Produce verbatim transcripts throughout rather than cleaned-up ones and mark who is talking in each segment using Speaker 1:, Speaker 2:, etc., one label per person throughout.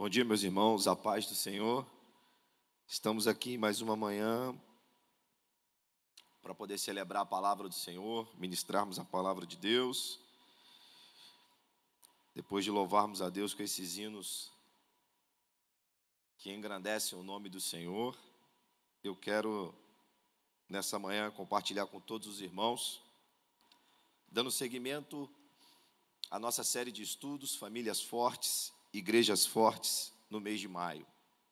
Speaker 1: Bom dia, meus irmãos, a paz do Senhor. Estamos aqui em mais uma manhã para poder celebrar a palavra do Senhor, ministrarmos a palavra de Deus. Depois de louvarmos a Deus com esses hinos que engrandecem o nome do Senhor, eu quero, nessa manhã, compartilhar com todos os irmãos, dando seguimento à nossa série de estudos, Famílias Fortes, Igrejas Fortes, no mês de maio.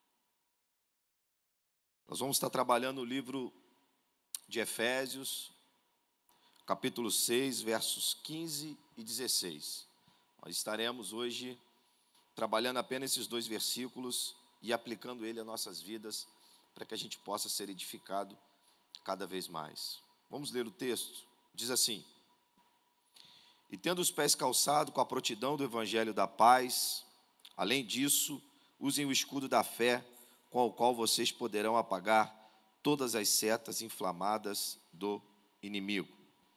Speaker 1: Nós vamos estar trabalhando o livro de Efésios, capítulo seis, versos quinze e dezesseis. Nós estaremos hoje trabalhando apenas esses dois versículos e aplicando ele às nossas vidas, para que a gente possa ser edificado cada vez mais. Vamos ler o texto. Diz assim: E tendo os pés calçados com a prontidão do evangelho da paz, além disso, usem o escudo da fé, com o qual vocês poderão apagar todas as setas inflamadas do inimigo.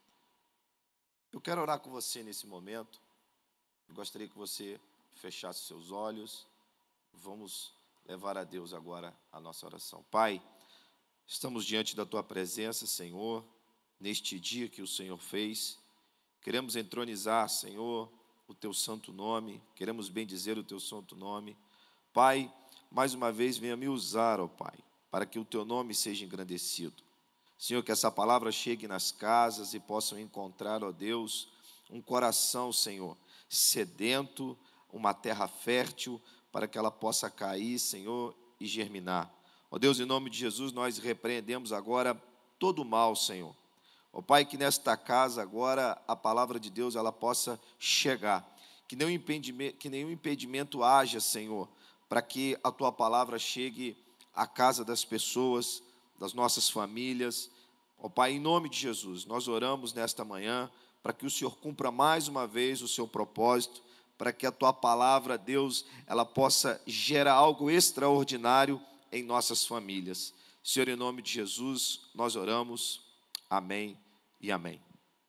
Speaker 1: Eu quero orar com você nesse momento. Eu gostaria que você fechasse seus olhos. Vamos levar a Deus agora a nossa oração. Pai, estamos diante da Tua presença, Senhor, neste dia que o Senhor fez. Queremos entronizar, Senhor, o Teu santo nome, queremos bendizer o Teu santo nome. Pai, mais uma vez venha me usar, ó Pai, para que o Teu nome seja engrandecido. Senhor, que essa palavra chegue nas casas e possam encontrar, ó Deus, um coração, Senhor, sedento, uma terra fértil, para que ela possa cair, Senhor, e germinar. Ó Deus, em nome de Jesus, nós repreendemos agora todo o mal, Senhor. Ó Pai, que nesta casa agora a palavra de Deus ela possa chegar, que nenhum impedimento, que nenhum impedimento haja, Senhor, para que a Tua palavra chegue à casa das pessoas, das nossas famílias. Ó Pai, em nome de Jesus, nós oramos nesta manhã para que o Senhor cumpra mais uma vez o seu propósito, para que a Tua palavra, Deus, ela possa gerar algo extraordinário em nossas famílias. Senhor, em nome de Jesus, nós oramos. Amém e amém.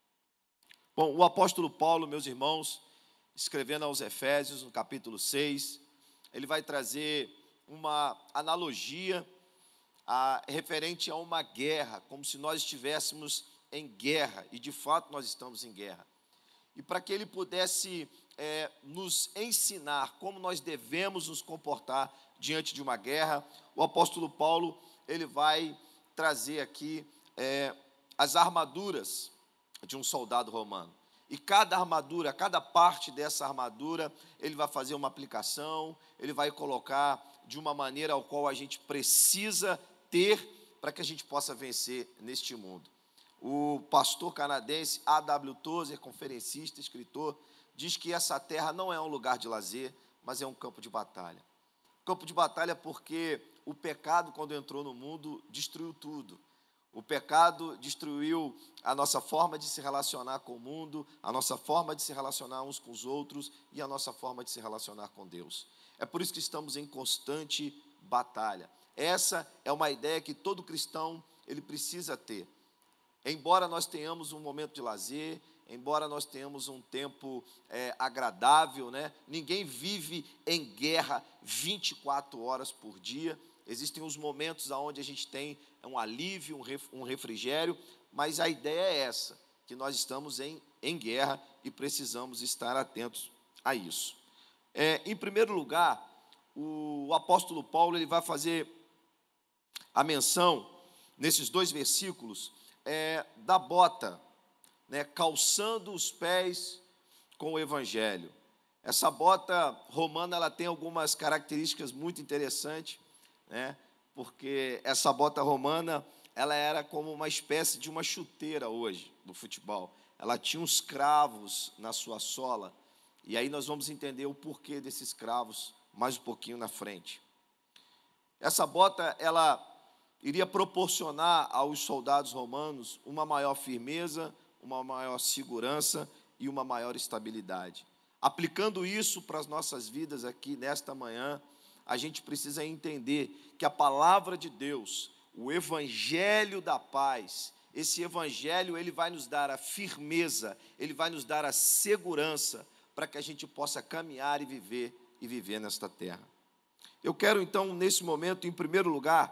Speaker 1: Bom, o apóstolo Paulo, meus irmãos, escrevendo aos Efésios, no capítulo seis, ele vai trazer uma analogia a, referente a uma guerra, como se nós estivéssemos em guerra, e de fato nós estamos em guerra. E para que ele pudesse é, nos ensinar como nós devemos nos comportar diante de uma guerra, o apóstolo Paulo ele vai trazer aqui é, as armaduras de um soldado romano. E cada armadura, cada parte dessa armadura, ele vai fazer uma aplicação, ele vai colocar de uma maneira ao qual a gente precisa ter para que a gente possa vencer neste mundo. O pastor canadense A W Tozer, conferencista, escritor, diz que essa terra não é um lugar de lazer, mas é um campo de batalha. Campo de batalha porque o pecado, quando entrou no mundo, destruiu tudo. O pecado destruiu a nossa forma de se relacionar com o mundo, a nossa forma de se relacionar uns com os outros e a nossa forma de se relacionar com Deus. É por isso que estamos em constante batalha. Essa é uma ideia que todo cristão ele precisa ter. Embora nós tenhamos um momento de lazer, embora nós tenhamos um tempo é, agradável, né? Ninguém vive em guerra vinte e quatro horas por dia. Existem uns momentos onde a gente tem um alívio, um refrigério, mas a ideia é essa, que nós estamos em, em guerra e precisamos estar atentos a isso. É, em primeiro lugar, o, o apóstolo Paulo ele vai fazer a menção, nesses dois versículos, é, da bota, né, calçando os pés com o evangelho. Essa bota romana ela tem algumas características muito interessantes, né? Porque essa bota romana ela era como uma espécie de uma chuteira hoje do futebol. Ela tinha uns cravos na sua sola, e aí nós vamos entender o porquê desses cravos mais um pouquinho na frente. Essa bota ela iria proporcionar aos soldados romanos uma maior firmeza, uma maior segurança e uma maior estabilidade. Aplicando isso para as nossas vidas aqui nesta manhã, a gente precisa entender que a palavra de Deus, o evangelho da paz, esse evangelho ele vai nos dar a firmeza, ele vai nos dar a segurança para que a gente possa caminhar e viver e viver nesta terra. Eu quero então, nesse momento, em primeiro lugar,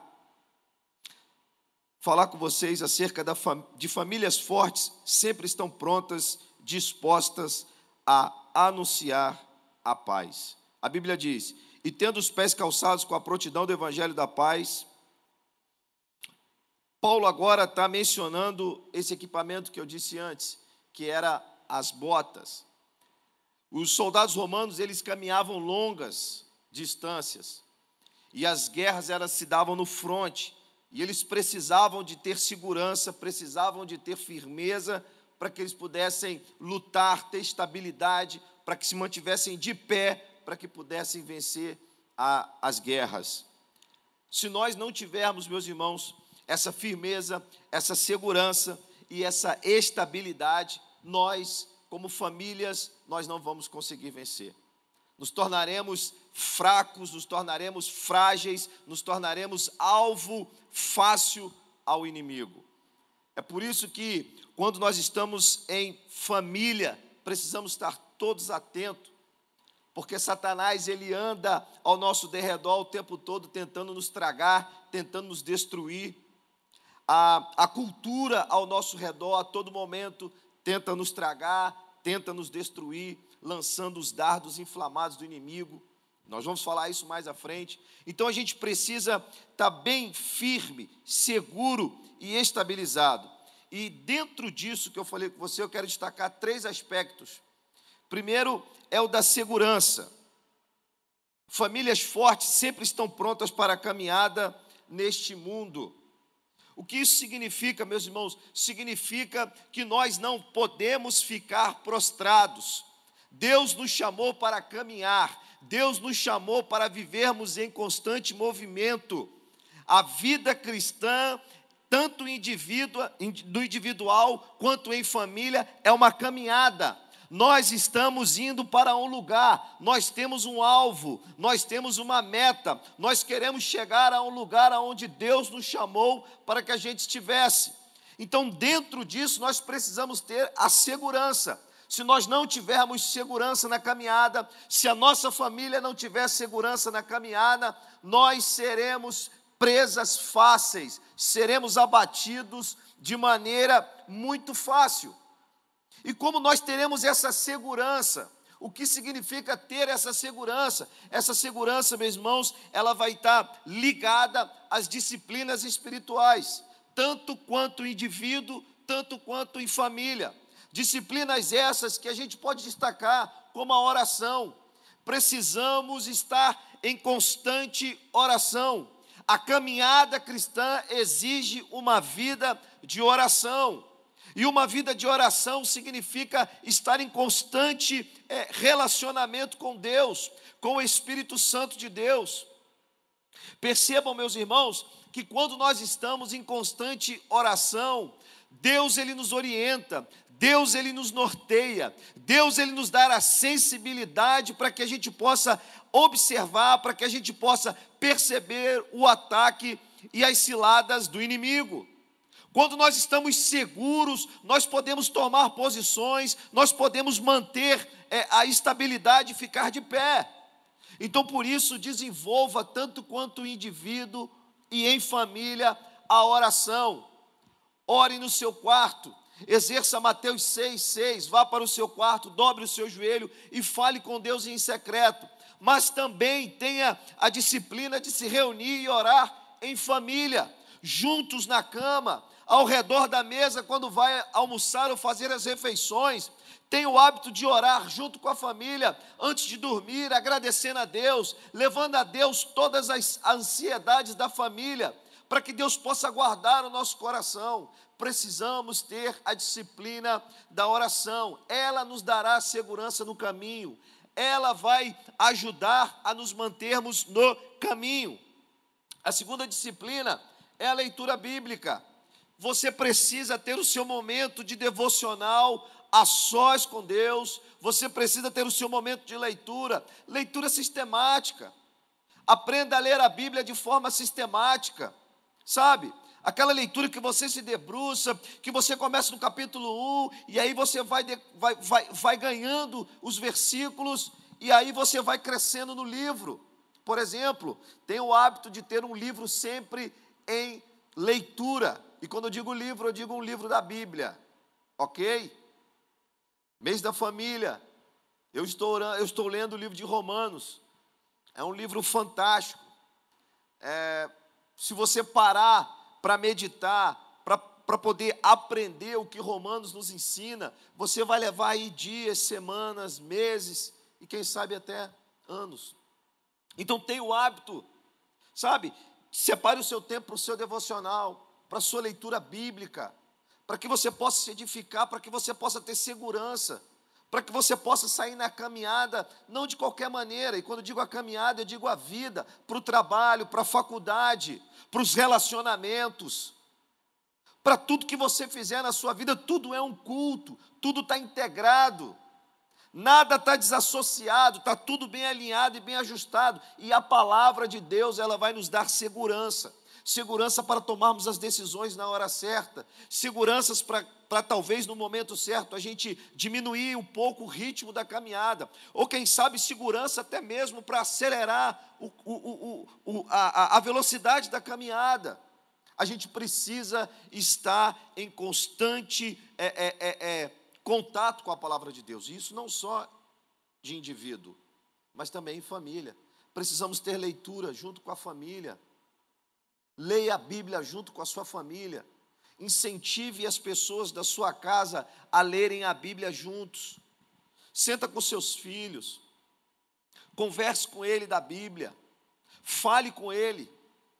Speaker 1: falar com vocês acerca da fam- de famílias fortes, sempre estão prontas, dispostas a anunciar a paz. A Bíblia diz: e tendo os pés calçados com a prontidão do evangelho da paz. Paulo agora está mencionando esse equipamento que eu disse antes, que era as botas. Os soldados romanos, eles caminhavam longas distâncias, e as guerras elas se davam no fronte, e eles precisavam de ter segurança, precisavam de ter firmeza, para que eles pudessem lutar, ter estabilidade, para que se mantivessem de pé, para que pudessem vencer a, as guerras. Se nós não tivermos, meus irmãos, essa firmeza, essa segurança e essa estabilidade, nós, como famílias, nós não vamos conseguir vencer. Nos tornaremos fracos, nos tornaremos frágeis, nos tornaremos alvo fácil ao inimigo. É por isso que, quando nós estamos em família, precisamos estar todos atentos, porque Satanás, ele anda ao nosso derredor o tempo todo, tentando nos tragar, tentando nos destruir. A, a cultura ao nosso redor, a todo momento, tenta nos tragar, tenta nos destruir, lançando os dardos inflamados do inimigo. Nós vamos falar isso mais à frente. Então a gente precisa estar bem firme, seguro e estabilizado. E dentro disso que eu falei com você, eu quero destacar três aspectos. Primeiro é o da segurança. Famílias fortes sempre estão prontas para a caminhada neste mundo. O que isso significa, meus irmãos? Significa que nós não podemos ficar prostrados. Deus nos chamou para caminhar, Deus nos chamou para vivermos em constante movimento. A vida cristã, tanto no individual quanto em família, é uma caminhada. Nós estamos indo para um lugar, nós temos um alvo, nós temos uma meta, nós queremos chegar a um lugar onde Deus nos chamou para que a gente estivesse. Então, dentro disso, nós precisamos ter a segurança. Se nós não tivermos segurança na caminhada, se a nossa família não tiver segurança na caminhada, nós seremos presas fáceis, seremos abatidos de maneira muito fácil. E como nós teremos essa segurança? O que significa ter essa segurança? Essa segurança, meus irmãos, ela vai estar ligada às disciplinas espirituais, tanto quanto indivíduo, tanto quanto em família. Disciplinas essas que a gente pode destacar como a oração. Precisamos estar em constante oração. A caminhada cristã exige uma vida de oração. E uma vida de oração significa estar em constante é, relacionamento com Deus, com o Espírito Santo de Deus. Percebam, meus irmãos, que quando nós estamos em constante oração, Deus, ele nos orienta, Deus, ele nos norteia, Deus, ele nos dá a sensibilidade para que a gente possa observar, para que a gente possa perceber o ataque e as ciladas do inimigo. Quando nós estamos seguros, nós podemos tomar posições, nós podemos manter é, a estabilidade e ficar de pé. Então, por isso, desenvolva tanto quanto o indivíduo e em família a oração. Ore no seu quarto, exerça Mateus seis, seis, vá para o seu quarto, dobre o seu joelho e fale com Deus em secreto. Mas também tenha a disciplina de se reunir e orar em família, juntos na cama, ao redor da mesa, quando vai almoçar ou fazer as refeições. Tenha o hábito de orar junto com a família, antes de dormir, agradecendo a Deus, levando a Deus todas as ansiedades da família, para que Deus possa guardar o nosso coração. Precisamos ter a disciplina da oração, ela nos dará segurança no caminho, ela vai ajudar a nos mantermos no caminho. A segunda disciplina é a leitura bíblica. Você precisa ter o seu momento de devocional a sós com Deus, você precisa ter o seu momento de leitura, leitura sistemática. Aprenda a ler a Bíblia de forma sistemática, sabe? Aquela leitura que você se debruça, que você começa no capítulo um, e aí você vai, vai, vai, vai ganhando os versículos, e aí você vai crescendo no livro. por exemplo, tenha o hábito de ter um livro sempre em leitura. E quando eu digo livro, eu digo um livro da Bíblia, ok? Mês da família, eu estou, orando, eu estou lendo o livro de Romanos, é um livro fantástico. É, se você parar para meditar, para poder aprender o que Romanos nos ensina, você vai levar aí dias, semanas, meses e quem sabe até anos. Então tenha o hábito, sabe, separe o seu tempo para o seu devocional, para a sua leitura bíblica, para que você possa se edificar, para que você possa ter segurança, para que você possa sair na caminhada, não de qualquer maneira, e quando eu digo a caminhada, eu digo a vida, para o trabalho, para a faculdade, para os relacionamentos, para tudo que você fizer na sua vida. Tudo é um culto, tudo está integrado, nada está desassociado, está tudo bem alinhado e bem ajustado, e a palavra de Deus, ela vai nos dar segurança, segurança para tomarmos as decisões na hora certa, seguranças para, para talvez no momento certo a gente diminuir um pouco o ritmo da caminhada, ou quem sabe segurança até mesmo para acelerar o, o, o, o, a, a velocidade da caminhada. A gente precisa estar em constante é, é, é, é, contato com a palavra de Deus, e isso não só de indivíduo, mas também em família. Precisamos ter leitura junto com a família. Leia a Bíblia junto com a sua família. Incentive as pessoas da sua casa a lerem a Bíblia juntos. Senta com seus filhos. Converse com ele da Bíblia. Fale com ele.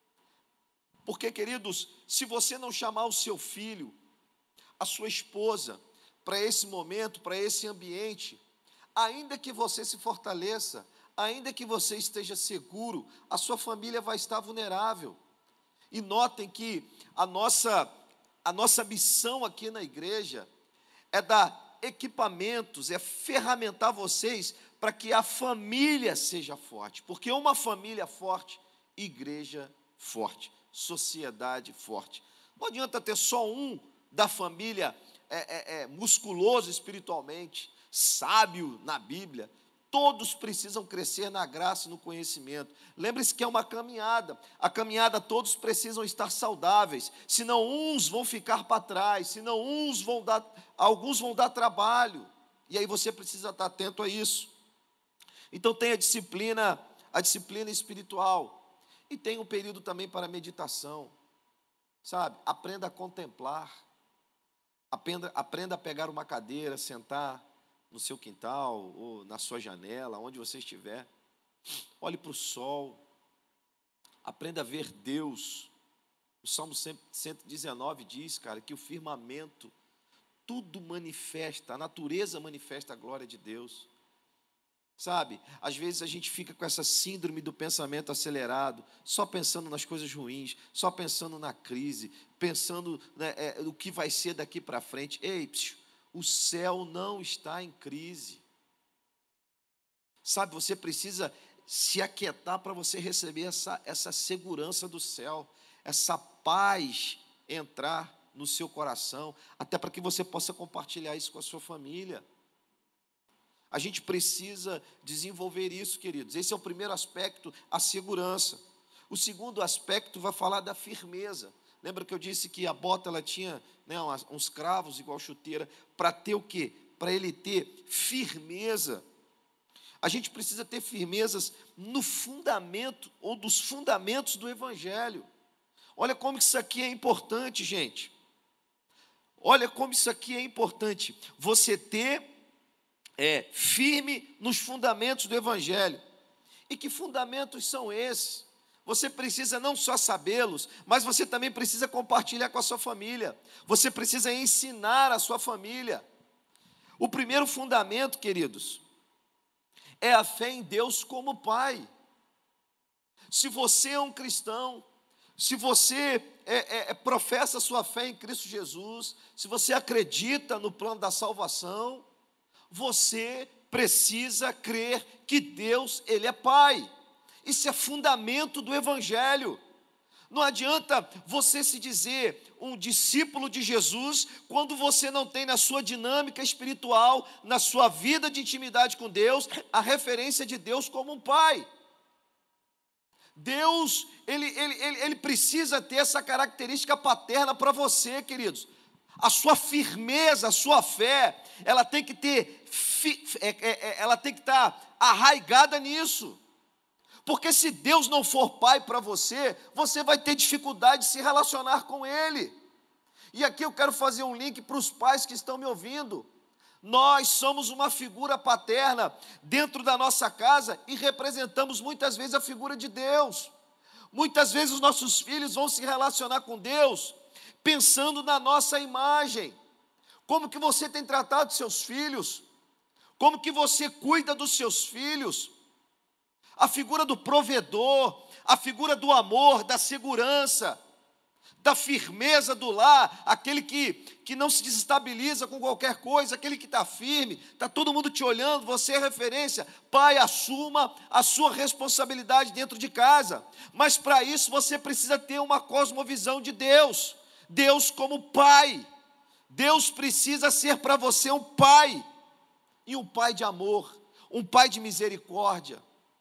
Speaker 1: Porque, queridos, se você não chamar o seu filho, a sua esposa, para esse momento, para esse ambiente, ainda que você se fortaleça, ainda que você esteja seguro, a sua família vai estar vulnerável. E notem que a nossa, a nossa missão aqui na igreja é dar equipamentos, é ferramentar vocês para que a família seja forte. Porque uma família forte, igreja forte, sociedade forte. Não adianta ter só um da família é, é, é, musculoso espiritualmente, sábio na Bíblia. Todos precisam crescer na graça e no conhecimento. Lembre-se que é uma caminhada. A caminhada, todos precisam estar saudáveis. Senão uns vão ficar para trás. Senão uns vão dar, alguns vão dar trabalho. E aí você precisa estar atento a isso. Então tem a disciplina, a disciplina espiritual. E tem um período também para meditação. Sabe? Aprenda a contemplar. Aprenda, aprenda a pegar uma cadeira, sentar no seu quintal ou na sua janela, onde você estiver. Olhe para o sol. Aprenda a ver Deus. O Salmo cento e dezenove diz, cara, que o firmamento, tudo manifesta, a natureza manifesta a glória de Deus. Sabe, às vezes a gente fica com essa síndrome do pensamento acelerado, só pensando nas coisas ruins, só pensando na crise, pensando, né, é, o que vai ser daqui para frente. Ei, psiu, o céu não está em crise. Sabe, você precisa se aquietar para você receber essa, essa segurança do céu, essa paz entrar no seu coração, até para que você possa compartilhar isso com a sua família. A gente precisa desenvolver isso, queridos. Esse é o primeiro aspecto, a segurança. O segundo aspecto vai falar da firmeza. Lembra que eu disse que a bota ela tinha, né, uns cravos igual chuteira, para ter o quê? Para ele ter firmeza. A gente precisa ter firmezas no fundamento, ou dos fundamentos do Evangelho. Olha como isso aqui é importante, gente. Olha como isso aqui é importante. Você ter é firme nos fundamentos do Evangelho. E que fundamentos são esses? Você precisa não só sabê-los, mas você também precisa compartilhar com a sua família. Você precisa ensinar a sua família. O primeiro fundamento, queridos, é a fé em Deus como Pai. Se você é um cristão, se você é, é, professa a sua fé em Cristo Jesus, se você acredita no plano da salvação, você precisa crer que Deus, Ele é Pai. Isso é fundamento do Evangelho. Não adianta você se dizer um discípulo de Jesus quando você não tem na sua dinâmica espiritual, na sua vida de intimidade com Deus, a referência de Deus como um Pai. Deus, ele, ele, ele, ele precisa ter essa característica paterna para você, queridos. A sua firmeza, a sua fé, ela tem que ter, é, é, ela tem que estar arraigada nisso. Porque se Deus não for pai para você, você vai ter dificuldade de se relacionar com Ele. E aqui eu quero fazer um link para os pais que estão me ouvindo. Nós somos uma figura paterna dentro da nossa casa e representamos muitas vezes a figura de Deus. Muitas vezes os nossos filhos vão se relacionar com Deus pensando na nossa imagem. Como que você tem tratado seus filhos? Como que você cuida dos seus filhos? A figura do provedor, a figura do amor, da segurança, da firmeza do lar, aquele que, que não se desestabiliza com qualquer coisa, aquele que está firme, está todo mundo te olhando, você é referência. Pai, assuma a sua responsabilidade dentro de casa, mas para isso você precisa ter uma cosmovisão de Deus, Deus como pai. Deus precisa ser para você um pai, e um pai de amor, um pai de misericórdia,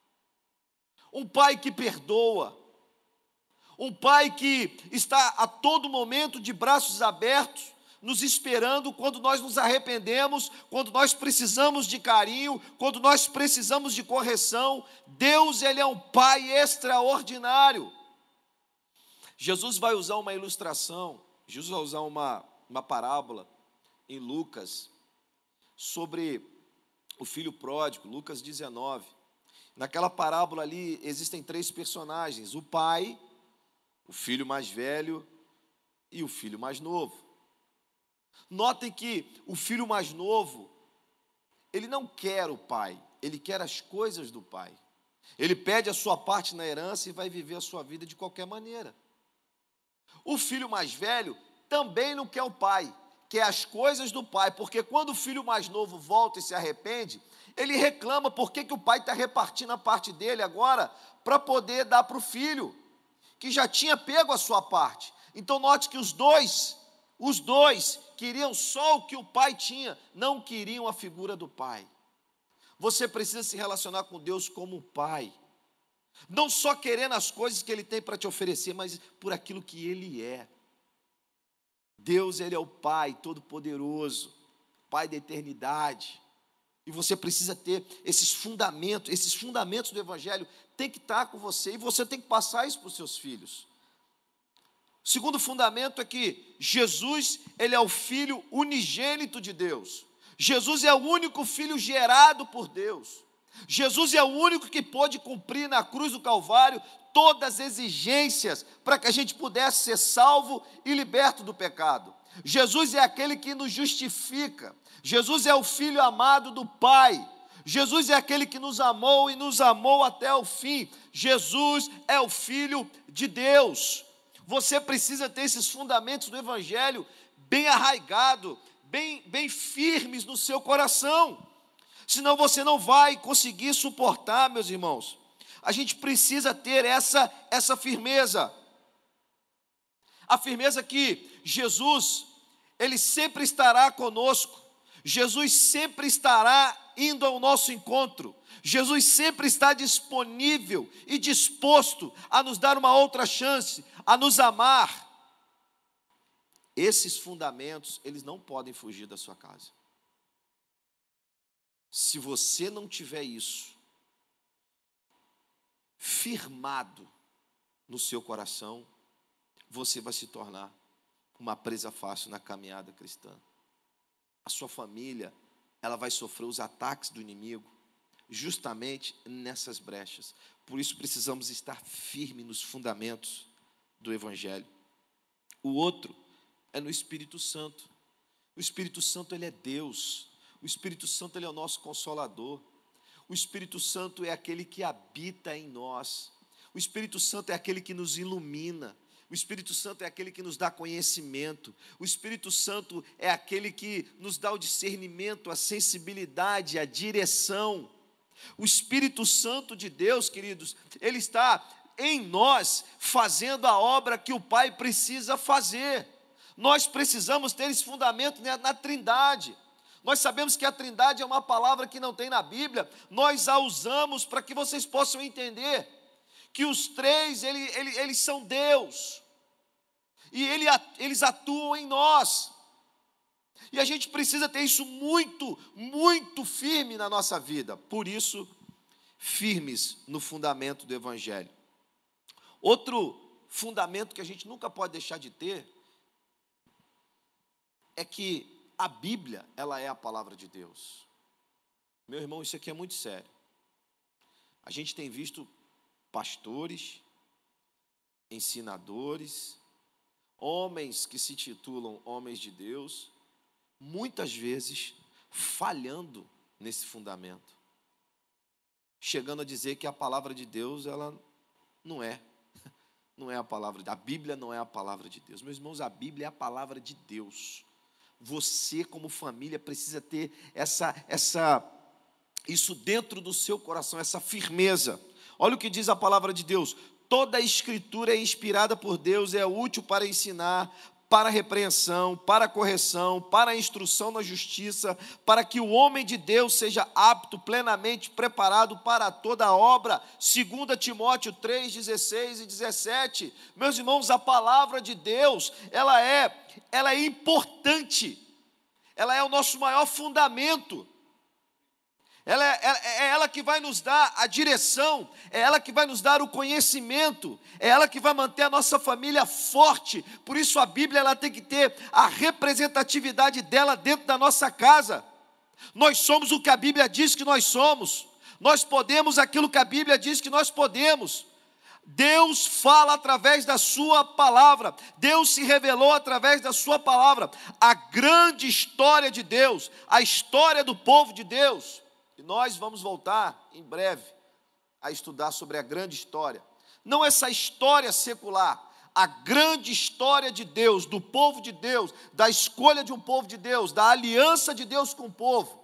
Speaker 1: um pai que perdoa, um pai que está a todo momento de braços abertos, nos esperando quando nós nos arrependemos, quando nós precisamos de carinho, quando nós precisamos de correção. Deus, Ele é um pai extraordinário. Jesus vai usar uma ilustração, Jesus vai usar uma, uma parábola em Lucas, sobre o filho pródigo, Lucas dezenove. Naquela parábola ali existem três personagens: o pai, o filho mais velho e o filho mais novo. Notem que o filho mais novo, ele não quer o pai, ele quer as coisas do pai. Ele pede a sua parte na herança e vai viver a sua vida de qualquer maneira. O filho mais velho também não quer o pai, quer as coisas do pai, porque quando o filho mais novo volta e se arrepende, ele reclama por que que o pai está repartindo a parte dele agora para poder dar para o filho, que já tinha pego a sua parte. Então note que os dois, os dois queriam só o que o pai tinha, não queriam a figura do pai. Você precisa se relacionar com Deus como um pai, não só querendo as coisas que Ele tem para te oferecer, mas por aquilo que Ele é. Deus, Ele é o Pai Todo-Poderoso, Pai da eternidade, e você precisa ter esses fundamentos, esses fundamentos do Evangelho tem que estar com você, e você tem que passar isso para os seus filhos. O segundo fundamento é que Jesus, Ele é o Filho unigênito de Deus. Jesus é o único Filho gerado por Deus. Jesus é o único que pôde cumprir na cruz do Calvário todas as exigências para que a gente pudesse ser salvo e liberto do pecado. Jesus é aquele que nos justifica. Jesus é o Filho amado do Pai. Jesus é aquele que nos amou e nos amou até o fim. Jesus é o Filho de Deus. Você precisa ter esses fundamentos do Evangelho bem arraigados, bem, bem firmes no seu coração. Senão você não vai conseguir suportar, meus irmãos. A gente precisa ter essa, essa firmeza. A firmeza que Jesus, Ele sempre estará conosco. Jesus sempre estará indo ao nosso encontro. Jesus sempre está disponível e disposto a nos dar uma outra chance, a nos amar. Esses fundamentos, eles não podem fugir da sua casa. Se você não tiver isso firmado no seu coração, você vai se tornar uma presa fácil na caminhada cristã. A sua família, ela vai sofrer os ataques do inimigo justamente nessas brechas. Por isso precisamos estar firmes nos fundamentos do Evangelho. O outro é no Espírito Santo. O Espírito Santo, ele é Deus. O Espírito Santo, ele é o nosso Consolador. O Espírito Santo é aquele que habita em nós. O Espírito Santo é aquele que nos ilumina. O Espírito Santo é aquele que nos dá conhecimento. O Espírito Santo é aquele que nos dá o discernimento, a sensibilidade, a direção. O Espírito Santo de Deus, queridos, ele está em nós fazendo a obra que o Pai precisa fazer. Nós precisamos ter esse fundamento na Trindade. Nós sabemos que a Trindade é uma palavra que não tem na Bíblia, nós a usamos para que vocês possam entender que os três, ele, ele, eles são Deus, e ele, eles atuam em nós, e a gente precisa ter isso muito, muito firme na nossa vida. Por isso, firmes no fundamento do Evangelho. Outro fundamento que a gente nunca pode deixar de ter é que a Bíblia, ela é a palavra de Deus. Meu irmão, isso aqui é muito sério. A gente tem visto pastores, ensinadores, homens que se titulam homens de Deus, muitas vezes falhando nesse fundamento, chegando a dizer que a palavra de Deus, ela não é, não é a palavra, a Bíblia não é a palavra de Deus. Meus irmãos, a Bíblia é a palavra de Deus. Você, como família, precisa ter essa, essa, isso dentro do seu coração, essa firmeza. Olha o que diz a palavra de Deus: toda a escritura é inspirada por Deus, é útil para ensinar, para a repreensão, para a correção, para a instrução na justiça, para que o homem de Deus seja apto, plenamente preparado para toda a obra. Segunda Timóteo três, dezesseis e dezessete. Meus irmãos, a palavra de Deus, ela é, ela é importante, ela é o nosso maior fundamento. Ela é, é, é ela que vai nos dar a direção, é ela que vai nos dar o conhecimento, é ela que vai manter a nossa família forte. Por isso a Bíblia, ela tem que ter a representatividade dela dentro da nossa casa. Nós somos o que a Bíblia diz que nós somos, nós podemos aquilo que a Bíblia diz que nós podemos. Deus fala através da sua palavra, Deus se revelou através da sua palavra. A grande história de Deus, a história do povo de Deus. E nós vamos voltar em breve a estudar sobre a grande história. Não essa história secular, a grande história de Deus, do povo de Deus, da escolha de um povo de Deus, da aliança de Deus com o povo.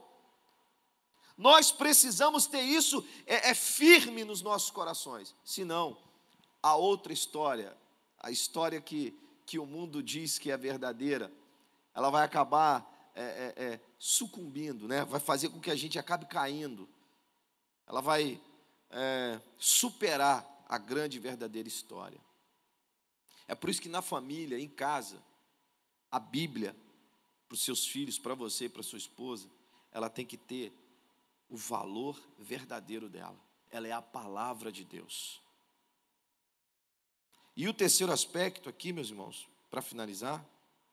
Speaker 1: Nós precisamos ter isso é, é firme nos nossos corações. Senão, a outra história, a história que, que o mundo diz que é verdadeira, ela vai acabar É, é, é, sucumbindo, né? Vai fazer com que a gente acabe caindo. Ela vai é, superar a grande e verdadeira história. É por isso que na família, em casa, a Bíblia, para os seus filhos, para você e para sua esposa, ela tem que ter o valor verdadeiro dela. Ela é a palavra de Deus. E o terceiro aspecto aqui, meus irmãos, para finalizar,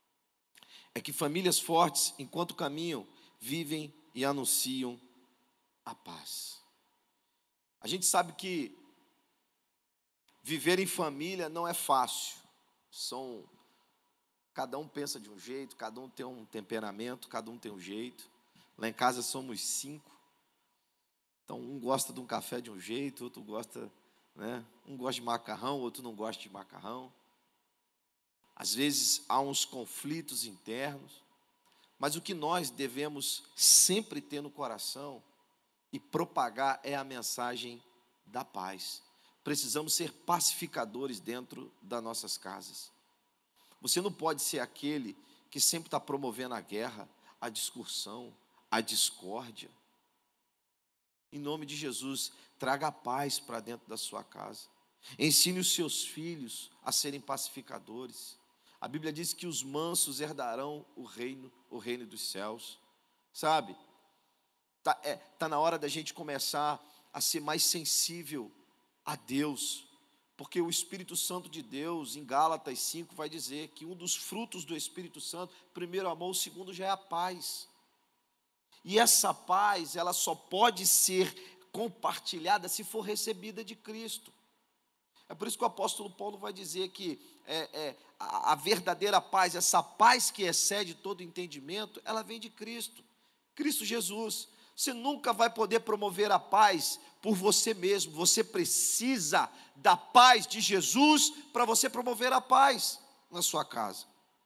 Speaker 1: é que famílias fortes, enquanto caminham, vivem e anunciam a paz. A gente sabe que viver em família não é fácil. São, cada um pensa de um jeito, cada um tem um temperamento, cada um tem um jeito. Lá em casa somos cinco. Então, um gosta de um café de um jeito, outro gosta, né? Um gosta de macarrão, outro não gosta de macarrão. Às vezes há uns conflitos internos, mas o que nós devemos sempre ter no coração e propagar é a mensagem da paz. Precisamos ser pacificadores dentro das nossas casas. Você não pode ser aquele que sempre está promovendo a guerra, a discussão, a discórdia. Em nome de Jesus, traga a paz para dentro da sua casa. Ensine os seus filhos a serem pacificadores. A Bíblia diz que os mansos herdarão o reino, o reino dos céus. Sabe? Está é, tá na hora da gente começar a ser mais sensível a Deus. Porque o Espírito Santo de Deus, em Gálatas cinco, vai dizer que um dos frutos do Espírito Santo, primeiro o amor, o segundo já é a paz. E essa paz, ela só pode ser compartilhada se for recebida de Cristo. É por isso que o apóstolo Paulo vai dizer que é, é, a, a verdadeira paz, essa paz que excede todo entendimento, ela vem de Cristo, Cristo Jesus. Você nunca vai poder promover a paz por você mesmo, você precisa da paz de Jesus para você promover a paz na sua casa.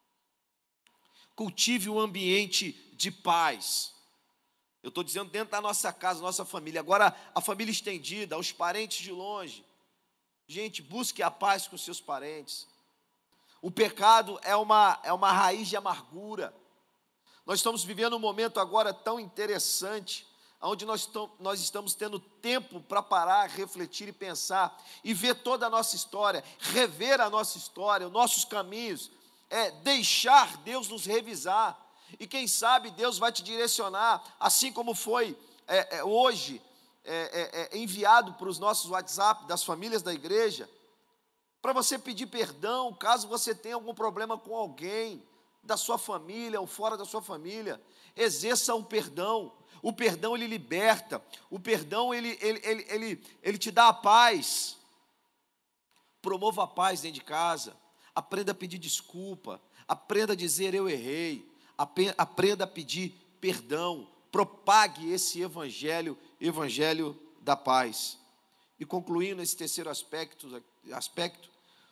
Speaker 1: Cultive um ambiente de paz. Eu estou dizendo dentro da nossa casa, nossa família. Agora, a família estendida, os parentes de longe. Gente, busque a paz com os seus parentes. O pecado é uma, é uma raiz de amargura. Nós estamos vivendo um momento agora tão interessante, onde nós, nós estamos tendo tempo para parar, refletir e pensar, e ver toda a nossa história, rever a nossa história, os nossos caminhos, é deixar Deus nos revisar, e quem sabe Deus vai te direcionar, assim como foi é, é, hoje, é, é, é, enviado para os nossos WhatsApp das famílias da igreja, para você pedir perdão, caso você tenha algum problema com alguém, da sua família ou fora da sua família. Exerça o perdão. O perdão ele liberta. O perdão ele, ele, ele, ele, ele te dá a paz. Promova a paz dentro de casa. Aprenda a pedir desculpa. Aprenda a dizer eu errei. Aprenda a pedir perdão. Propague esse evangelho, evangelho da paz. E concluindo esse terceiro aspecto, aspecto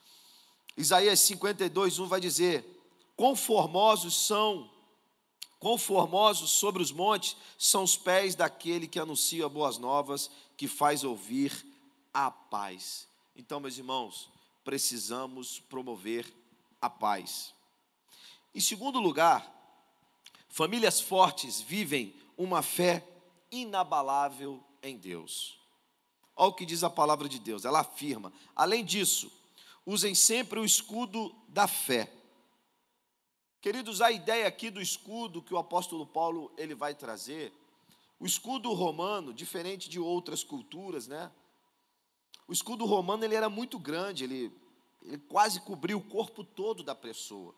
Speaker 1: Isaías cinquenta e dois, um vai dizer: Conformosos são, conformosos sobre os montes, são os pés daquele que anuncia boas novas, que faz ouvir a paz. Então, meus irmãos, precisamos promover a paz. Em segundo lugar, famílias fortes vivem uma fé inabalável em Deus. Olha o que diz a palavra de Deus, ela afirma: além disso, usem sempre o escudo da fé. Queridos, a ideia aqui do escudo que o apóstolo Paulo ele vai trazer, o escudo romano, diferente de outras culturas, né? O escudo romano ele era muito grande, ele, ele quase cobria o corpo todo da pessoa.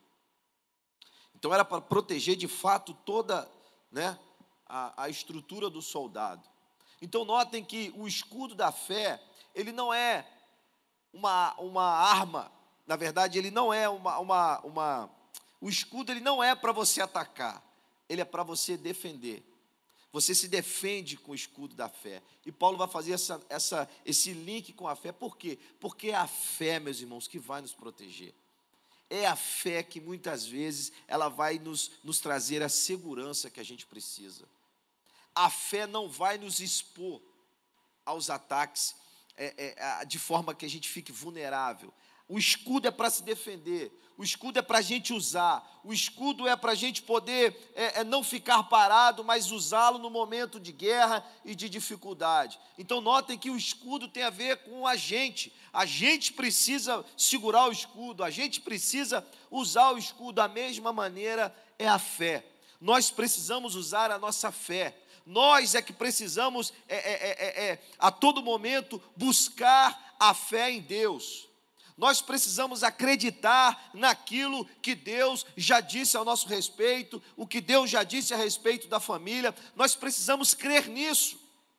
Speaker 1: Então era para proteger de fato toda, né, a, a estrutura do soldado. Então notem que o escudo da fé, ele não é uma, uma arma, na verdade ele não é uma... uma, uma O escudo ele não é para você atacar, ele é para você defender. Você se defende com o escudo da fé. E Paulo vai fazer essa, essa, esse link com a fé. Por quê? Porque é a fé, meus irmãos, que vai nos proteger. É a fé que muitas vezes ela vai nos, nos trazer a segurança que a gente precisa. A fé não vai nos expor aos ataques é, é, de forma que a gente fique vulnerável. O escudo é para se defender, o escudo é para a gente usar, o escudo é para a gente poder é, é, não ficar parado, mas usá-lo no momento de guerra e de dificuldade. Então notem que o escudo tem a ver com a gente, a gente precisa segurar o escudo, a gente precisa usar o escudo. Da mesma maneira é a fé, nós precisamos usar a nossa fé. Nós é que precisamos é, é, é, é, a todo momento buscar a fé em Deus. Nós precisamos acreditar naquilo que Deus já disse ao nosso respeito, o que Deus já disse a respeito da família. Nós precisamos crer nisso.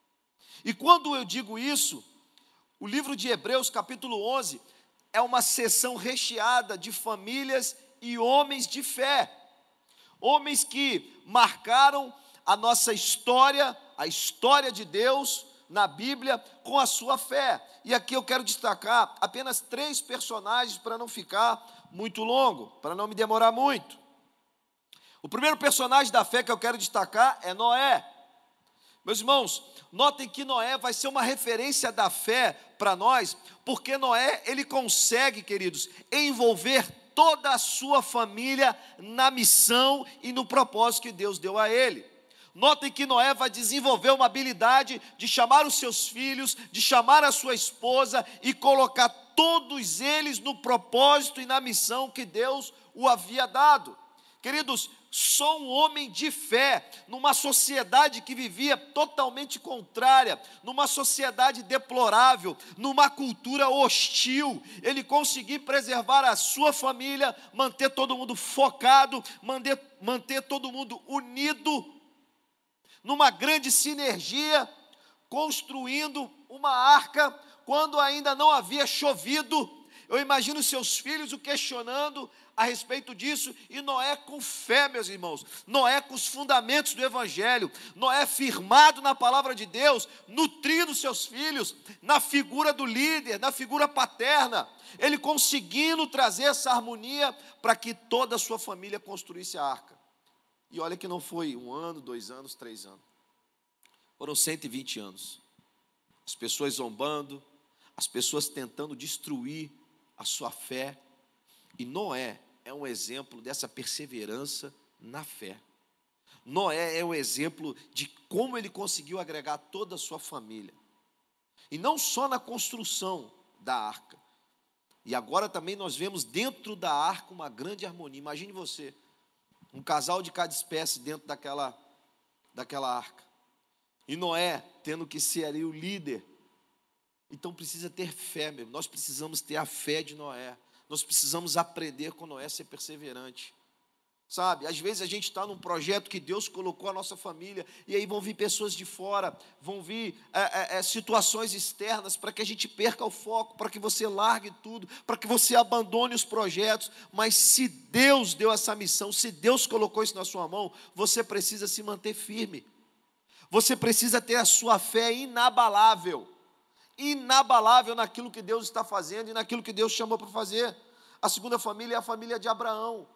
Speaker 1: E quando eu digo isso, o livro de Hebreus, capítulo onze, é uma seção recheada de famílias e homens de fé. Homens que marcaram a nossa história, a história de Deus na Bíblia com a sua fé. E aqui eu quero destacar apenas três personagens para não ficar muito longo, para não me demorar muito. O primeiro personagem da fé que eu quero destacar é Noé. Meus irmãos, notem que Noé vai ser uma referência da fé para nós, porque Noé, ele consegue, queridos, envolver toda a sua família na missão e no propósito que Deus deu a ele. Notem que Noé vai desenvolver uma habilidade de chamar os seus filhos, de chamar a sua esposa e colocar todos eles no propósito e na missão que Deus o havia dado. Queridos, só um homem de fé, numa sociedade que vivia totalmente contrária, numa sociedade deplorável, numa cultura hostil, ele conseguir preservar a sua família, manter todo mundo focado, manter, manter todo mundo unido, numa grande sinergia, construindo uma arca, quando ainda não havia chovido. Eu imagino seus filhos o questionando a respeito disso, e Noé com fé, meus irmãos, Noé com os fundamentos do Evangelho, Noé firmado na palavra de Deus, nutrindo seus filhos, na figura do líder, na figura paterna, ele conseguindo trazer essa harmonia, para que toda a sua família construísse a arca. E olha que não foi um ano, dois anos, três anos. Foram cento e vinte anos. As pessoas zombando, as pessoas tentando destruir a sua fé. E Noé é um exemplo dessa perseverança na fé. Noé é o exemplo de como ele conseguiu agregar toda a sua família. E não só na construção da arca. E agora também nós vemos dentro da arca uma grande harmonia. Imagine você, um casal de cada espécie dentro daquela, daquela arca. E Noé tendo que ser ali o líder. Então precisa ter fé mesmo. Nós precisamos ter a fé de Noé. Nós precisamos aprender com Noé a ser perseverante. Sabe, às vezes a gente está num projeto que Deus colocou a nossa família, e aí vão vir pessoas de fora, vão vir é, é, é, situações externas, para que a gente perca o foco, para que você largue tudo, para que você abandone os projetos. Mas se Deus deu essa missão, se Deus colocou isso na sua mão, você precisa se manter firme, você precisa ter a sua fé inabalável, inabalável naquilo que Deus está fazendo e naquilo que Deus chamou para fazer. A segunda família é a família de Abraão.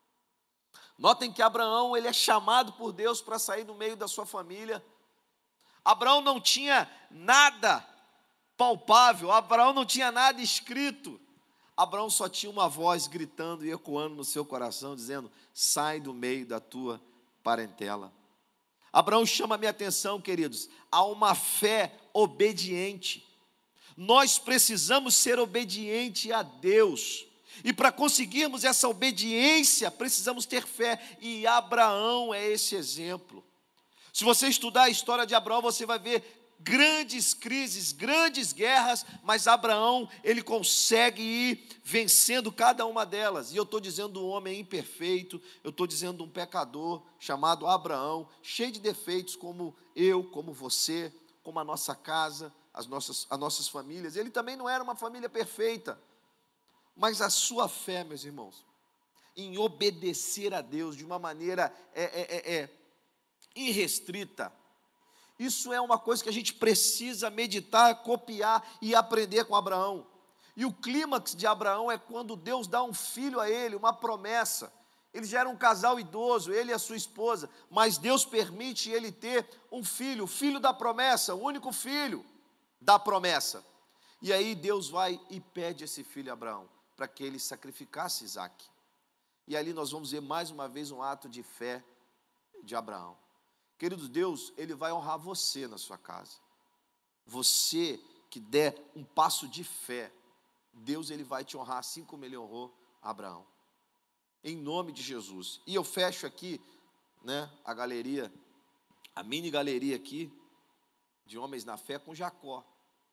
Speaker 1: Notem que Abraão, ele é chamado por Deus para sair do meio da sua família. Abraão não tinha nada palpável, Abraão não tinha nada escrito. Abraão só tinha uma voz gritando e ecoando no seu coração, dizendo: sai do meio da tua parentela. Abraão chama a minha atenção, queridos, a uma fé obediente. Nós precisamos ser obedientes a Deus. E para conseguirmos essa obediência, precisamos ter fé, e Abraão é esse exemplo. Se você estudar a história de Abraão, você vai ver grandes crises, grandes guerras, mas Abraão, ele consegue ir vencendo cada uma delas. E eu estou dizendo um homem imperfeito, eu estou dizendo um pecador chamado Abraão, cheio de defeitos, como eu, como você, como a nossa casa, as nossas, as nossas famílias. Ele também não era uma família perfeita. Mas a sua fé, meus irmãos, em obedecer a Deus de uma maneira é, é, é, é, irrestrita, isso é uma coisa que a gente precisa meditar, copiar e aprender com Abraão. E o clímax de Abraão é quando Deus dá um filho a ele, uma promessa. Ele já era um casal idoso, ele e a sua esposa, mas Deus permite ele ter um filho, o filho da promessa, o único filho da promessa. E aí Deus vai e pede esse filho a Abraão, para que ele sacrificasse Isaque. E ali nós vamos ver mais uma vez um ato de fé de Abraão. Queridos, Deus, ele vai honrar você na sua casa. Você que der um passo de fé, Deus, ele vai te honrar assim como ele honrou Abraão. Em nome de Jesus. E eu fecho aqui, né, a galeria, a mini galeria aqui, de homens na fé, com Jacó.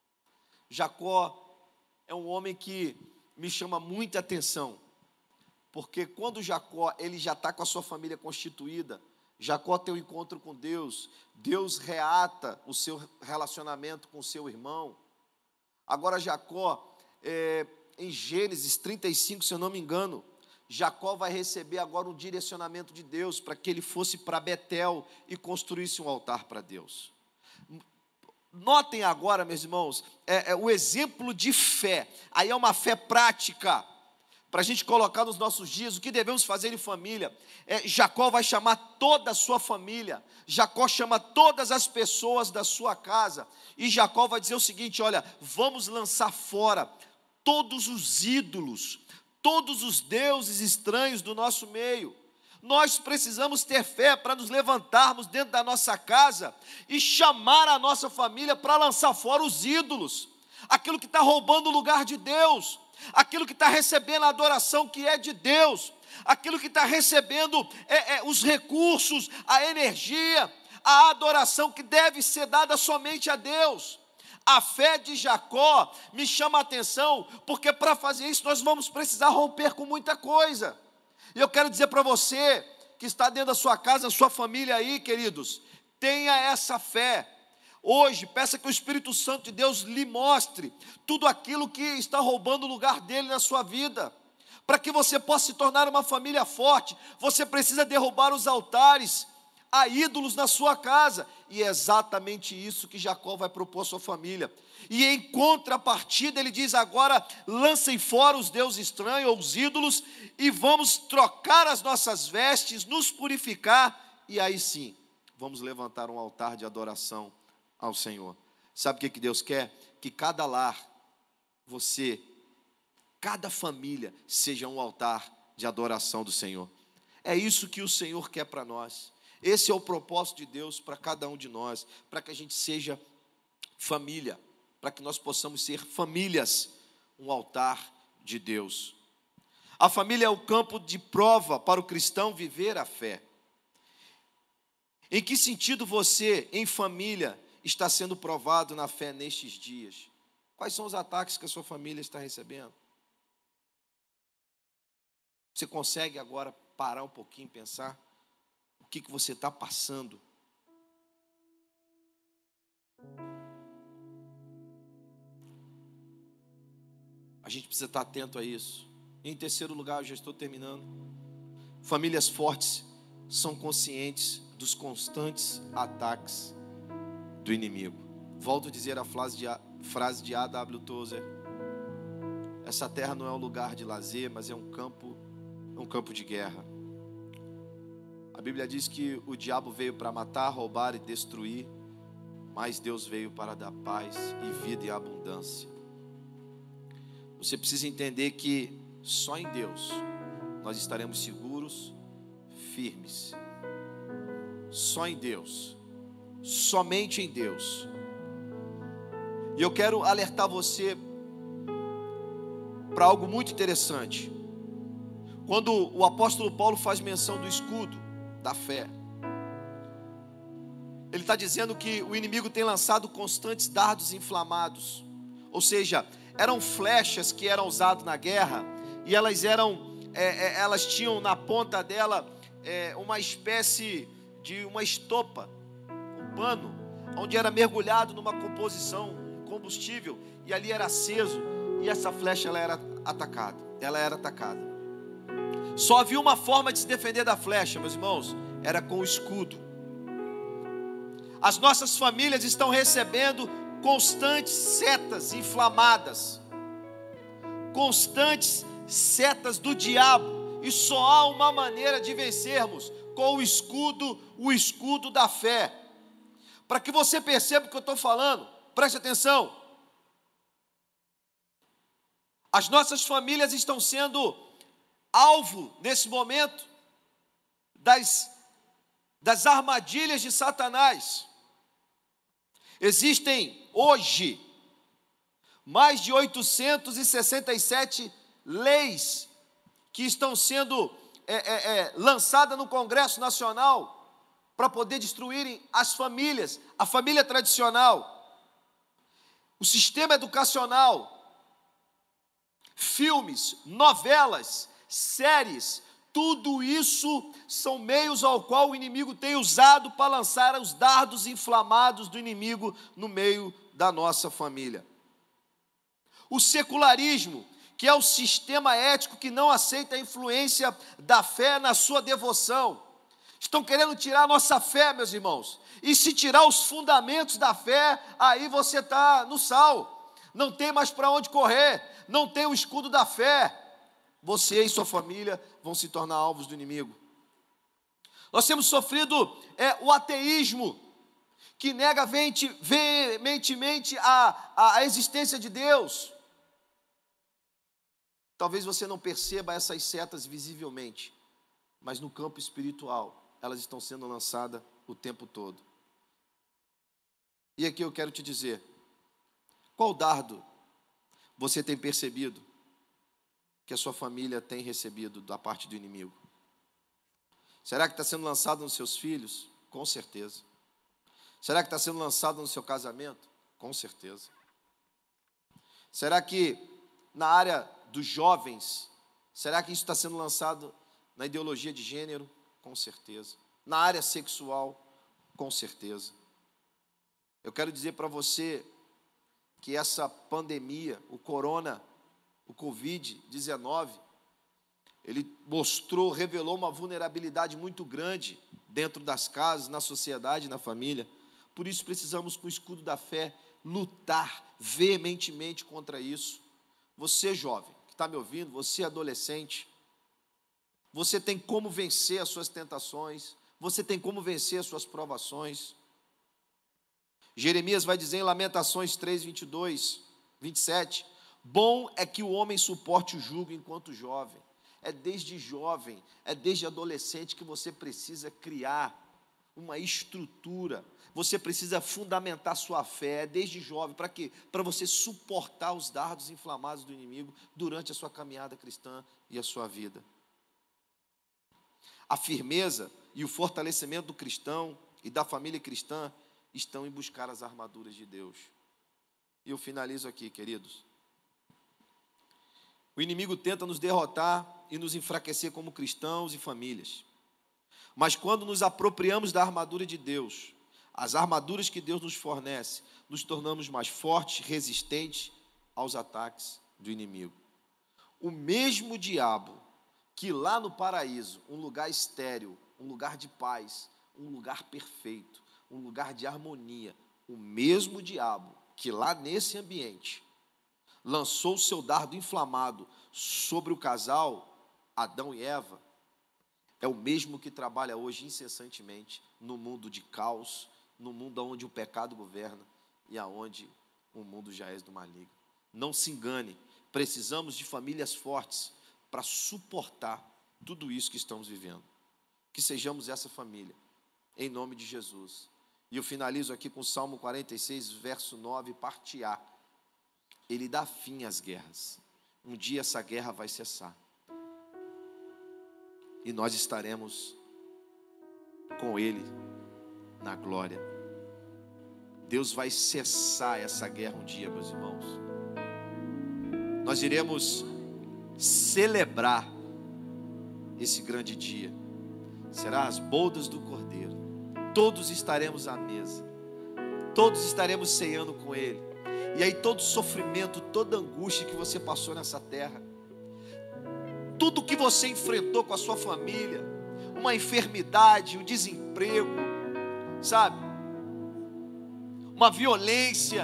Speaker 1: Jacó é um homem que me chama muita atenção, porque quando Jacó, ele já está com a sua família constituída, Jacó tem um encontro com Deus, Deus reata o seu relacionamento com o seu irmão. Agora Jacó, é, em Gênesis trinta e cinco, se eu não me engano, Jacó vai receber agora um direcionamento de Deus, para que ele fosse para Betel e construísse um altar para Deus. Notem agora, meus irmãos, é, é, o exemplo de fé. Aí é uma fé prática, para a gente colocar nos nossos dias, o que devemos fazer em família. É, Jacó vai chamar toda a sua família, Jacó chama todas as pessoas da sua casa, e Jacó vai dizer o seguinte: olha, vamos lançar fora todos os ídolos, todos os deuses estranhos do nosso meio. Nós precisamos ter fé para nos levantarmos dentro da nossa casa e chamar a nossa família para lançar fora os ídolos, aquilo que está roubando o lugar de Deus, aquilo que está recebendo a adoração que é de Deus, aquilo que está recebendo é, é, os recursos, a energia, a adoração que deve ser dada somente a Deus. A fé de Jacó me chama a atenção, porque para fazer isso nós vamos precisar romper com muita coisa. E eu quero dizer para você, que está dentro da sua casa, sua família aí, queridos, tenha essa fé. Hoje, peça que o Espírito Santo de Deus lhe mostre tudo aquilo que está roubando o lugar dele na sua vida. Para que você possa se tornar uma família forte, você precisa derrubar os altares a ídolos na sua casa. E é exatamente isso que Jacó vai propor à sua família. E em contrapartida ele diz agora: lancem fora os deuses estranhos, ou os ídolos, e vamos trocar as nossas vestes, nos purificar, e aí sim, vamos levantar um altar de adoração ao Senhor. Sabe o que Deus quer? Que cada lar, você, cada família, seja um altar de adoração do Senhor. É isso que o Senhor quer para nós. Esse é o propósito de Deus para cada um de nós, para que a gente seja família, para que nós possamos ser famílias, um altar de Deus. A família é o campo de prova para o cristão viver a fé. Em que sentido você, em família, está sendo provado na fé nestes dias? Quais são os ataques que a sua família está recebendo? Você consegue agora parar um pouquinho e pensar o que, que você está passando? A gente precisa estar atento a isso. Em terceiro lugar, eu já estou terminando. Famílias fortes são conscientes dos constantes ataques do inimigo. Volto a dizer a frase de, frase de A W Tozer: essa terra não é um lugar de lazer, mas é um campo, é um campo de guerra. A Bíblia diz que o diabo veio para matar, roubar e destruir, mas Deus veio para dar paz e vida e abundância. Você precisa entender que só em Deus nós estaremos seguros, firmes. Só em Deus, somente em Deus. E eu quero alertar você para algo muito interessante. Quando o apóstolo Paulo faz menção do escudo da fé, ele está dizendo que o inimigo tem lançado constantes dardos inflamados, ou seja, eram flechas que eram usadas na guerra, e elas eram, é, é, elas tinham na ponta dela é, uma espécie de uma estopa, um pano, onde era mergulhado numa composição, um combustível, e ali era aceso, e essa flecha ela era atacada, ela era atacada. Só havia uma forma de se defender da flecha, meus irmãos, era com o escudo. As nossas famílias estão recebendo constantes setas inflamadas, constantes setas do diabo, e só há uma maneira de vencermos: com o escudo, o escudo da fé. Para que você perceba o que eu estou falando, preste atenção. As nossas famílias estão sendo alvo, nesse momento, das, das armadilhas de Satanás. Existem hoje mais de oitocentas e sessenta e sete leis que estão sendo é, é, é, lançadas no Congresso Nacional para poder destruírem as famílias, a família tradicional, o sistema educacional, filmes, novelas, séries. Tudo isso são meios ao qual o inimigo tem usado para lançar os dardos inflamados do inimigo no meio da nossa família. O secularismo, que é o sistema ético que não aceita a influência da fé na sua devoção. Estão querendo tirar a nossa fé, meus irmãos. E se tirar os fundamentos da fé, aí você está no sal. Não tem mais para onde correr, não tem o escudo da fé. Você e sua família vão se tornar alvos do inimigo. Nós temos sofrido é, o ateísmo, que nega veementemente a, a existência de Deus. Talvez você não perceba essas setas visivelmente, mas no campo espiritual, elas estão sendo lançadas o tempo todo. E aqui eu quero te dizer, qual dardo você tem percebido que a sua família tem recebido da parte do inimigo? Será que está sendo lançado nos seus filhos? Com certeza. Será que está sendo lançado no seu casamento? Com certeza. Será que na área dos jovens, será que isso está sendo lançado na ideologia de gênero? Com certeza. Na área sexual? Com certeza. Eu quero dizer para você que essa pandemia, o corona, o covid dezenove, ele mostrou, revelou uma vulnerabilidade muito grande dentro das casas, na sociedade, na família. Por isso precisamos, com o escudo da fé, lutar veementemente contra isso. Você, jovem, que está me ouvindo, você, adolescente, você tem como vencer as suas tentações, você tem como vencer as suas provações. Jeremias vai dizer em Lamentações três, vinte e dois, vinte e sete, bom é que o homem suporte o jugo enquanto jovem. É desde jovem, é desde adolescente que você precisa criar uma estrutura. Você precisa fundamentar sua fé desde jovem. Para quê? Para você suportar os dardos inflamados do inimigo durante a sua caminhada cristã e a sua vida. A firmeza e o fortalecimento do cristão e da família cristã estão em buscar as armaduras de Deus. E eu finalizo aqui, queridos. O inimigo tenta nos derrotar e nos enfraquecer como cristãos e famílias. Mas quando nos apropriamos da armadura de Deus, as armaduras que Deus nos fornece, nos tornamos mais fortes, resistentes aos ataques do inimigo. O mesmo diabo que lá no paraíso, um lugar estéril, um lugar de paz, um lugar perfeito, um lugar de harmonia, o mesmo diabo que lá nesse ambiente lançou o seu dardo inflamado sobre o casal Adão e Eva, é o mesmo que trabalha hoje incessantemente no mundo de caos, no mundo onde o pecado governa e aonde o mundo já é do maligno. Não se engane, precisamos de famílias fortes para suportar tudo isso que estamos vivendo. Que sejamos essa família, em nome de Jesus. E eu finalizo aqui com o Salmo quarenta e seis, verso nove, parte A. Ele dá fim às guerras. Um dia essa guerra vai cessar. E nós estaremos com Ele na glória. Deus vai cessar essa guerra um dia, meus irmãos. Nós iremos celebrar esse grande dia. Será as bodas do Cordeiro. Todos estaremos à mesa. Todos estaremos ceando com Ele. E aí todo sofrimento, toda angústia que você passou nessa terra, tudo que você enfrentou com a sua família, uma enfermidade, um desemprego, sabe? Uma violência,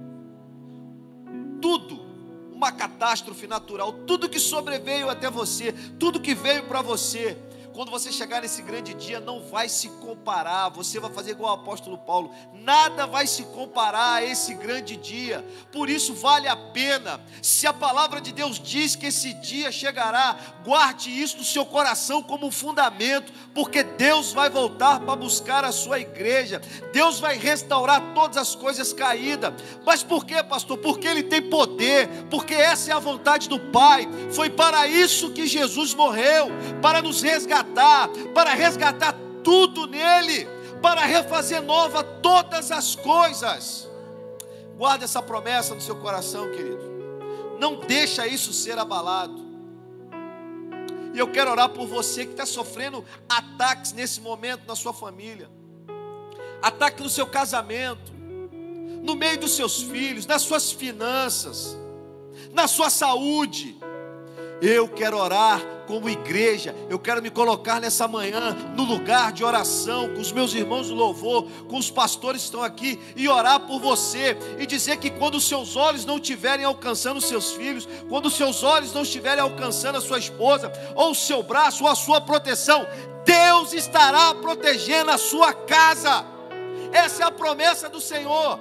Speaker 1: tudo, uma catástrofe natural, tudo que sobreveio até você, tudo que veio para você, quando você chegar nesse grande dia, não vai se comparar. Você vai fazer igual o apóstolo Paulo. Nada vai se comparar a esse grande dia. Por isso vale a pena. Se a palavra de Deus diz que esse dia chegará, guarde isso no seu coração como um fundamento, porque Deus vai voltar para buscar a sua igreja. Deus vai restaurar todas as coisas caídas. Mas por quê, pastor? Porque Ele tem poder. Porque essa é a vontade do Pai. Foi para isso que Jesus morreu, para nos resgatar, para resgatar tudo nele, para refazer nova todas as coisas. Guarda essa promessa no seu coração, querido. Não deixa isso ser abalado. E eu quero orar por você que está sofrendo ataques nesse momento na sua família, ataque no seu casamento, no meio dos seus filhos, nas suas finanças, na sua saúde. Eu quero orar como igreja, eu quero me colocar nessa manhã no lugar de oração, com os meus irmãos do louvor, com os pastores que estão aqui, e orar por você, e dizer que quando os seus olhos não estiverem alcançando os seus filhos, quando os seus olhos não estiverem alcançando a sua esposa, ou o seu braço, ou a sua proteção, Deus estará protegendo a sua casa. Essa é a promessa do Senhor.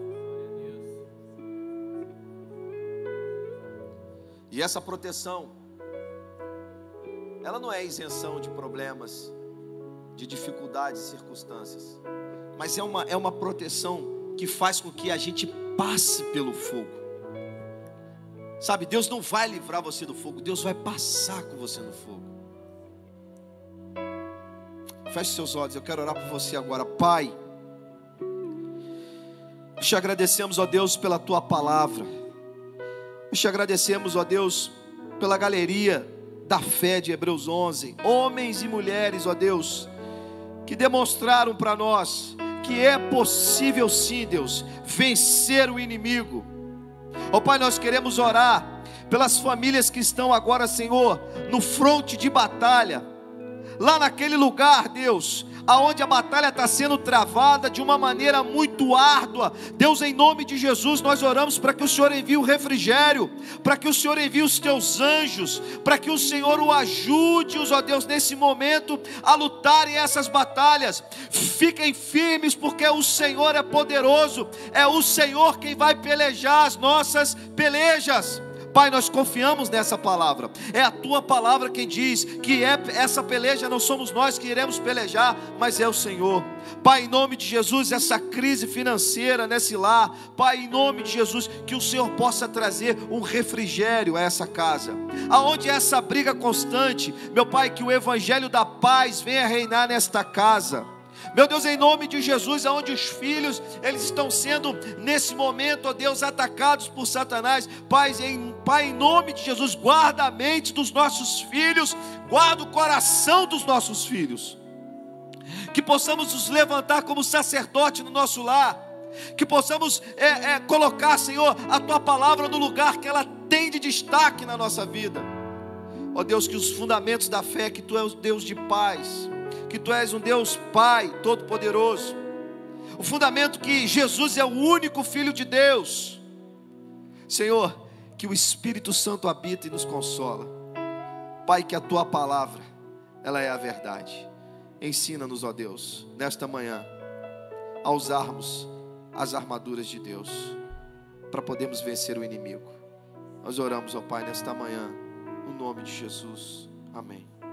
Speaker 1: E essa proteção, ela não é isenção de problemas, de dificuldades e circunstâncias, mas é uma, é uma proteção que faz com que a gente passe pelo fogo. Sabe, Deus não vai livrar você do fogo, Deus vai passar com você no fogo. Feche seus olhos, eu quero orar por você agora. Pai, te agradecemos, ó Deus, pela Tua palavra. Te agradecemos, ó Deus, pela galeria da fé de Hebreus onze, homens e mulheres, ó Deus, que demonstraram para nós que é possível sim, Deus, vencer o inimigo. Ó Pai, nós queremos orar pelas famílias que estão agora, Senhor, no fronte de batalha, lá naquele lugar, Deus, aonde a batalha está sendo travada de uma maneira muito árdua. Deus, em nome de Jesus, nós oramos para que o Senhor envie o refrigério, para que o Senhor envie os teus anjos, para que o Senhor o ajude-os, ó Deus, nesse momento a lutarem essas batalhas. Fiquem firmes, porque o Senhor é poderoso, é o Senhor quem vai pelejar as nossas pelejas. Pai, nós confiamos nessa palavra. É a tua palavra quem diz que é essa peleja não somos nós que iremos pelejar, mas é o Senhor. Pai, em nome de Jesus, essa crise financeira nesse lar, Pai, em nome de Jesus, que o Senhor possa trazer um refrigério a essa casa, aonde essa briga constante, meu Pai, que o evangelho da paz venha reinar nesta casa. Meu Deus, em nome de Jesus, aonde os filhos, eles estão sendo, nesse momento, ó Deus, atacados por Satanás, Pai em, Pai, em nome de Jesus, guarda a mente dos nossos filhos, guarda o coração dos nossos filhos, que possamos nos levantar como sacerdote no nosso lar, que possamos é, é, colocar, Senhor, a Tua palavra no lugar que ela tem de destaque na nossa vida. Ó Deus, que os fundamentos da fé, que Tu és o Deus de paz, que Tu és um Deus Pai Todo-Poderoso, o fundamento que Jesus é o único Filho de Deus, Senhor, que o Espírito Santo habita e nos consola, Pai, que a Tua palavra, ela é a verdade. Ensina-nos, ó Deus, nesta manhã, a usarmos as armaduras de Deus, para podermos vencer o inimigo. Nós oramos, ó Pai, nesta manhã, no nome de Jesus, amém.